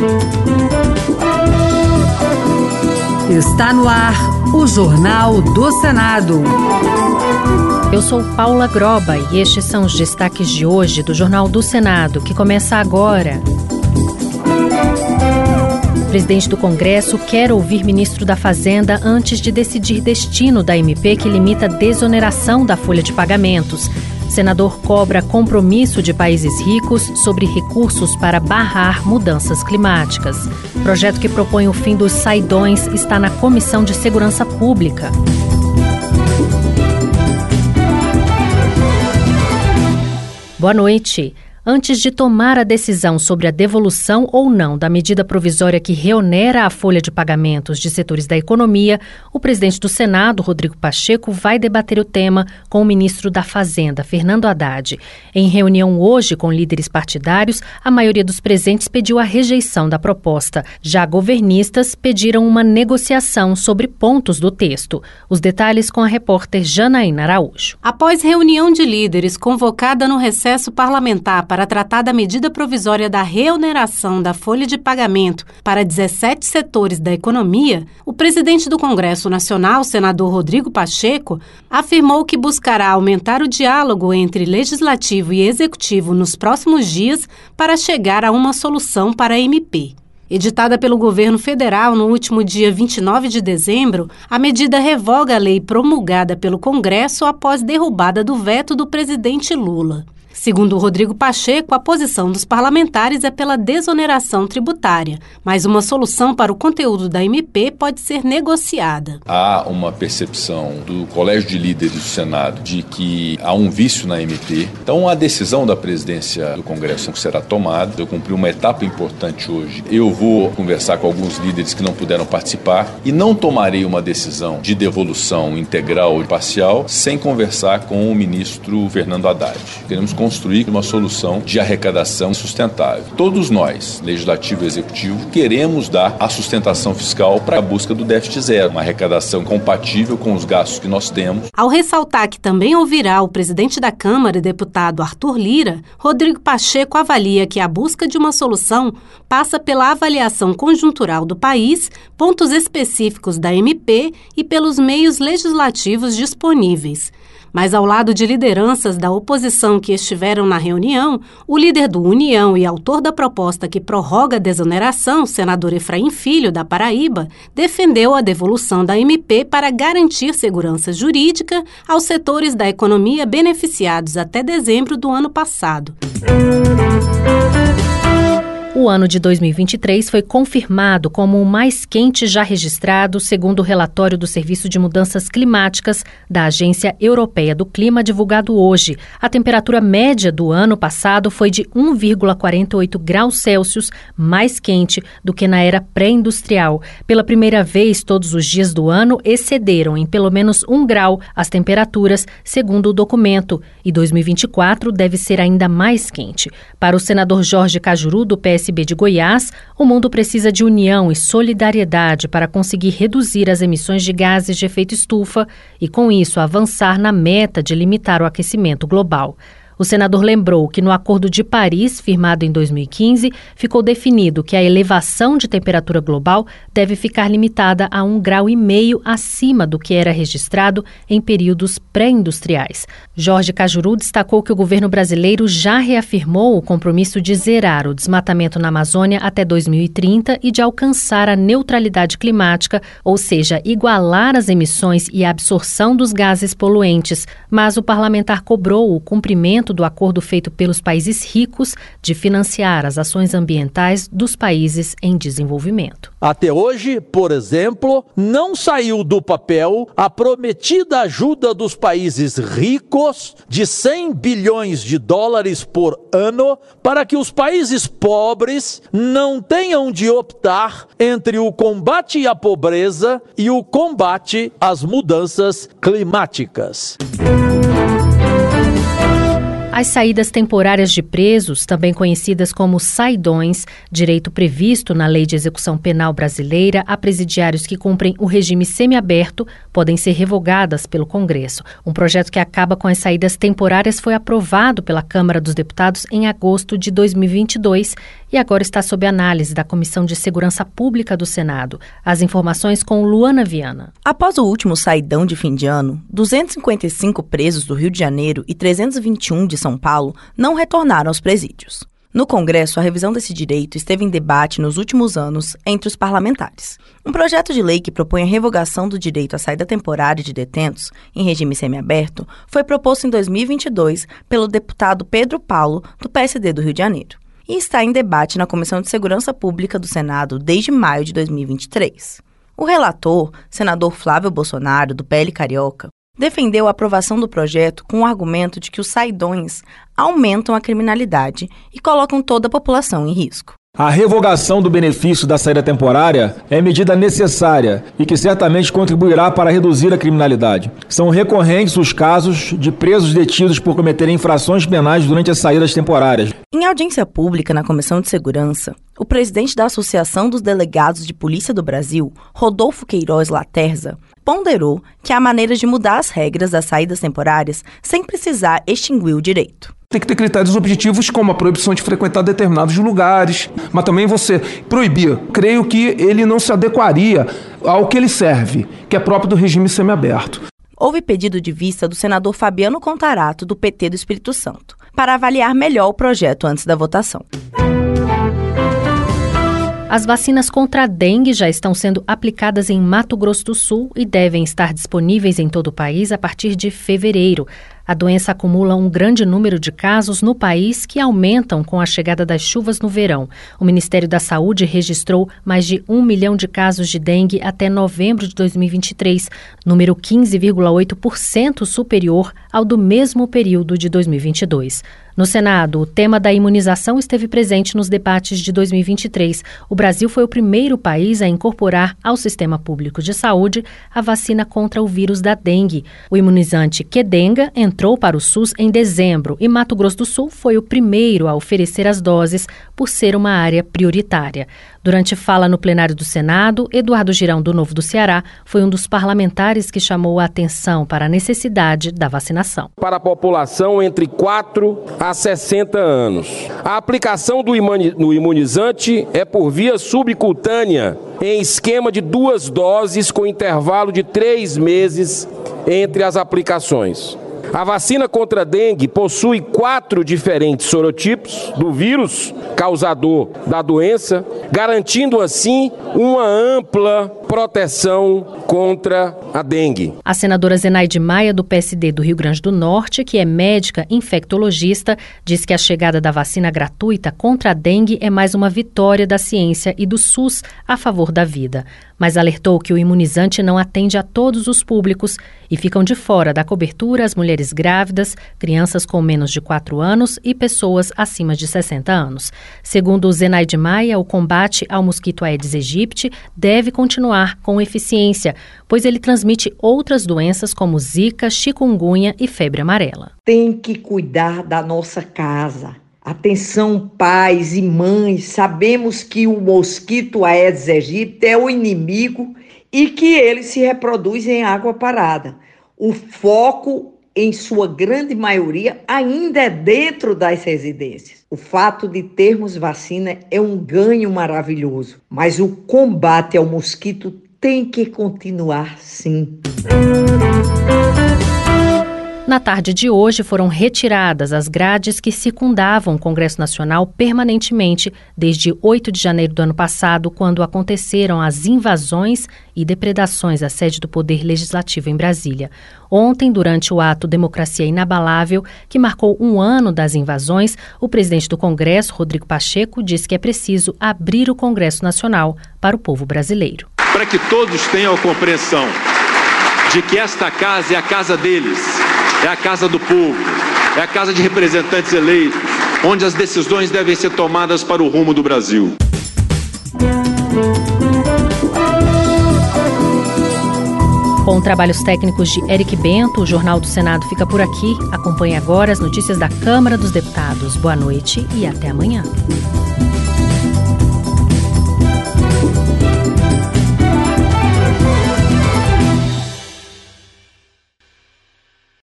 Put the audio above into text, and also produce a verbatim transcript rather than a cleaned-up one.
Está no ar o Jornal do Senado. Eu sou Paula Groba e estes são os destaques de hoje do Jornal do Senado, que começa agora. O presidente do Congresso quer ouvir ministro da Fazenda antes de decidir destino da M P que limita a desoneração da folha de pagamentos. Senador cobra compromisso de países ricos sobre recursos para barrar mudanças climáticas. Projeto que propõe o fim dos saidões está na Comissão de Segurança Pública. Boa noite. Antes de tomar a decisão sobre a devolução ou não da medida provisória que reonera a folha de pagamentos de setores da economia, o presidente do Senado, Rodrigo Pacheco, vai debater o tema com o ministro da Fazenda, Fernando Haddad. Em reunião hoje com líderes partidários, a maioria dos presentes pediu a rejeição da proposta. Já governistas pediram uma negociação sobre pontos do texto. Os detalhes com a repórter Janaína Araújo. Após reunião de líderes convocada no recesso parlamentar para tratar da medida provisória da reoneração da folha de pagamento para dezessete setores da economia, o presidente do Congresso Nacional, senador Rodrigo Pacheco, afirmou que buscará aumentar o diálogo entre legislativo e executivo nos próximos dias para chegar a uma solução para a M P. Editada pelo governo federal no último dia vinte e nove de dezembro, a medida revoga a lei promulgada pelo Congresso após derrubada do veto do presidente Lula. Segundo Rodrigo Pacheco, a posição dos parlamentares é pela desoneração tributária, mas uma solução para o conteúdo da M P pode ser negociada. Há uma percepção do Colégio de Líderes do Senado de que há um vício na M P. Então, a decisão da presidência do Congresso será tomada. Eu cumpri uma etapa importante hoje. Eu vou conversar com alguns líderes que não puderam participar e não tomarei uma decisão de devolução integral ou parcial sem conversar com o ministro Fernando Haddad. Queremos construir uma solução de arrecadação sustentável. Todos nós, Legislativo e Executivo, queremos dar a sustentação fiscal para a busca do déficit zero, uma arrecadação compatível com os gastos que nós temos. Ao ressaltar que também ouvirá o presidente da Câmara, deputado Arthur Lira, Rodrigo Pacheco avalia que a busca de uma solução passa pela avaliação conjuntural do país, pontos específicos da M P e pelos meios legislativos disponíveis. Mas ao lado de lideranças da oposição que estiveram na reunião, o líder do União e autor da proposta que prorroga a desoneração, senador Efraim Filho, da Paraíba, defendeu a devolução da M P para garantir segurança jurídica aos setores da economia beneficiados até dezembro do ano passado. O ano de dois mil e vinte e três foi confirmado como o mais quente já registrado, segundo o relatório do Serviço de Mudanças Climáticas da Agência Europeia do Clima, divulgado hoje. A temperatura média do ano passado foi de um vírgula quarenta e oito graus Celsius, mais quente do que na era pré-industrial. Pela primeira vez, todos os dias do ano excederam em pelo menos um grau as temperaturas, segundo o documento, e dois mil e vinte e quatro deve ser ainda mais quente. Para o senador Jorge Cajuru, do P S B de Goiás, o mundo precisa de união e solidariedade para conseguir reduzir as emissões de gases de efeito estufa e, com isso, avançar na meta de limitar o aquecimento global. O senador lembrou que no Acordo de Paris, firmado em dois mil e quinze, ficou definido que a elevação de temperatura global deve ficar limitada a um grau e meio acima do que era registrado em períodos pré-industriais. Jorge Cajuru destacou que o governo brasileiro já reafirmou o compromisso de zerar o desmatamento na Amazônia até dois mil e trinta e de alcançar a neutralidade climática, ou seja, igualar as emissões e a absorção dos gases poluentes, mas o parlamentar cobrou o cumprimento do acordo feito pelos países ricos de financiar as ações ambientais dos países em desenvolvimento. Até hoje, por exemplo, não saiu do papel a prometida ajuda dos países ricos de cem bilhões de dólares por ano para que os países pobres não tenham de optar entre o combate à pobreza e o combate às mudanças climáticas. As saídas temporárias de presos, também conhecidas como saidões, direito previsto na Lei de Execução Penal Brasileira a presidiários que cumprem o regime semiaberto, podem ser revogadas pelo Congresso. Um projeto que acaba com as saídas temporárias foi aprovado pela Câmara dos Deputados em agosto de dois mil e vinte e dois e agora está sob análise da Comissão de Segurança Pública do Senado. As informações com Luana Viana. Após o último saidão de fim de ano, duzentos e cinquenta e cinco presos do Rio de Janeiro e trezentos e vinte e um de São Paulo não retornaram aos presídios. No Congresso, a revisão desse direito esteve em debate nos últimos anos entre os parlamentares. Um projeto de lei que propõe a revogação do direito à saída temporária de detentos em regime semiaberto foi proposto em dois mil e vinte e dois pelo deputado Pedro Paulo, do P S D do Rio de Janeiro, e está em debate na Comissão de Segurança Pública do Senado desde maio de dois mil e vinte e três. O relator, senador Flávio Bolsonaro, do P L Carioca, defendeu a aprovação do projeto com o argumento de que os saidões aumentam a criminalidade e colocam toda a população em risco. A revogação do benefício da saída temporária é medida necessária e que certamente contribuirá para reduzir a criminalidade. São recorrentes os casos de presos detidos por cometerem infrações penais durante as saídas temporárias. Em audiência pública na Comissão de Segurança, o presidente da Associação dos Delegados de Polícia do Brasil, Rodolfo Queiroz Laterza, ponderou que há maneiras de mudar as regras das saídas temporárias sem precisar extinguir o direito. Tem que ter critérios objetivos como a proibição de frequentar determinados lugares, mas também você proibir. Creio que ele não se adequaria ao que ele serve, que é próprio do regime semiaberto. Houve pedido de vista do senador Fabiano Contarato, do P T do Espírito Santo, para avaliar melhor o projeto antes da votação. As vacinas contra a dengue já estão sendo aplicadas em Mato Grosso do Sul e devem estar disponíveis em todo o país a partir de fevereiro. A doença acumula um grande número de casos no país que aumentam com a chegada das chuvas no verão. O Ministério da Saúde registrou mais de um milhão de casos de dengue até novembro de dois mil e vinte e três, número quinze vírgula oito por cento superior ao do mesmo período de dois mil e vinte e dois. No Senado, o tema da imunização esteve presente nos debates de dois mil e vinte e três. O Brasil foi o primeiro país a incorporar ao sistema público de saúde a vacina contra o vírus da dengue. O imunizante Qdenga entrou para o SUS em dezembro e Mato Grosso do Sul foi o primeiro a oferecer as doses por ser uma área prioritária. Durante fala no plenário do Senado, Eduardo Girão, do Novo do Ceará, foi um dos parlamentares que chamou a atenção para a necessidade da vacinação. Para a população entre quatro a sessenta anos. A aplicação do imunizante é por via subcutânea, em esquema de duas doses com intervalo de três meses entre as aplicações. A vacina contra a dengue possui quatro diferentes sorotipos do vírus causador da doença, garantindo assim uma ampla proteção contra a dengue. A senadora Zenaide Maia, do P S D do Rio Grande do Norte, que é médica infectologista, diz que a chegada da vacina gratuita contra a dengue é mais uma vitória da ciência e do SUS a favor da vida. Mas alertou que o imunizante não atende a todos os públicos e ficam de fora da cobertura as mulheres grávidas, crianças com menos de quatro anos e pessoas acima de sessenta anos. Segundo Zenaide Maia, o combate ao mosquito Aedes aegypti deve continuar com eficiência, pois ele transmite outras doenças como zika, chikungunya e febre amarela. Tem que cuidar da nossa casa. Atenção, pais e mães, sabemos que o mosquito Aedes aegypti é o inimigo e que ele se reproduz em água parada. O foco, em sua grande maioria, ainda é dentro das residências. O fato de termos vacina é um ganho maravilhoso, mas o combate ao mosquito tem que continuar, sim. Na tarde de hoje foram retiradas as grades que circundavam o Congresso Nacional permanentemente desde oito de janeiro do ano passado, quando aconteceram as invasões e depredações à sede do Poder Legislativo em Brasília. Ontem, durante o ato Democracia Inabalável, que marcou um ano das invasões, o presidente do Congresso, Rodrigo Pacheco, disse que é preciso abrir o Congresso Nacional para o povo brasileiro. Para que todos tenham a compreensão de que esta casa é a casa deles, é a casa do povo, é a casa de representantes eleitos, onde as decisões devem ser tomadas para o rumo do Brasil. Com trabalhos técnicos de Eric Bento, o Jornal do Senado fica por aqui. Acompanhe agora as notícias da Câmara dos Deputados. Boa noite e até amanhã.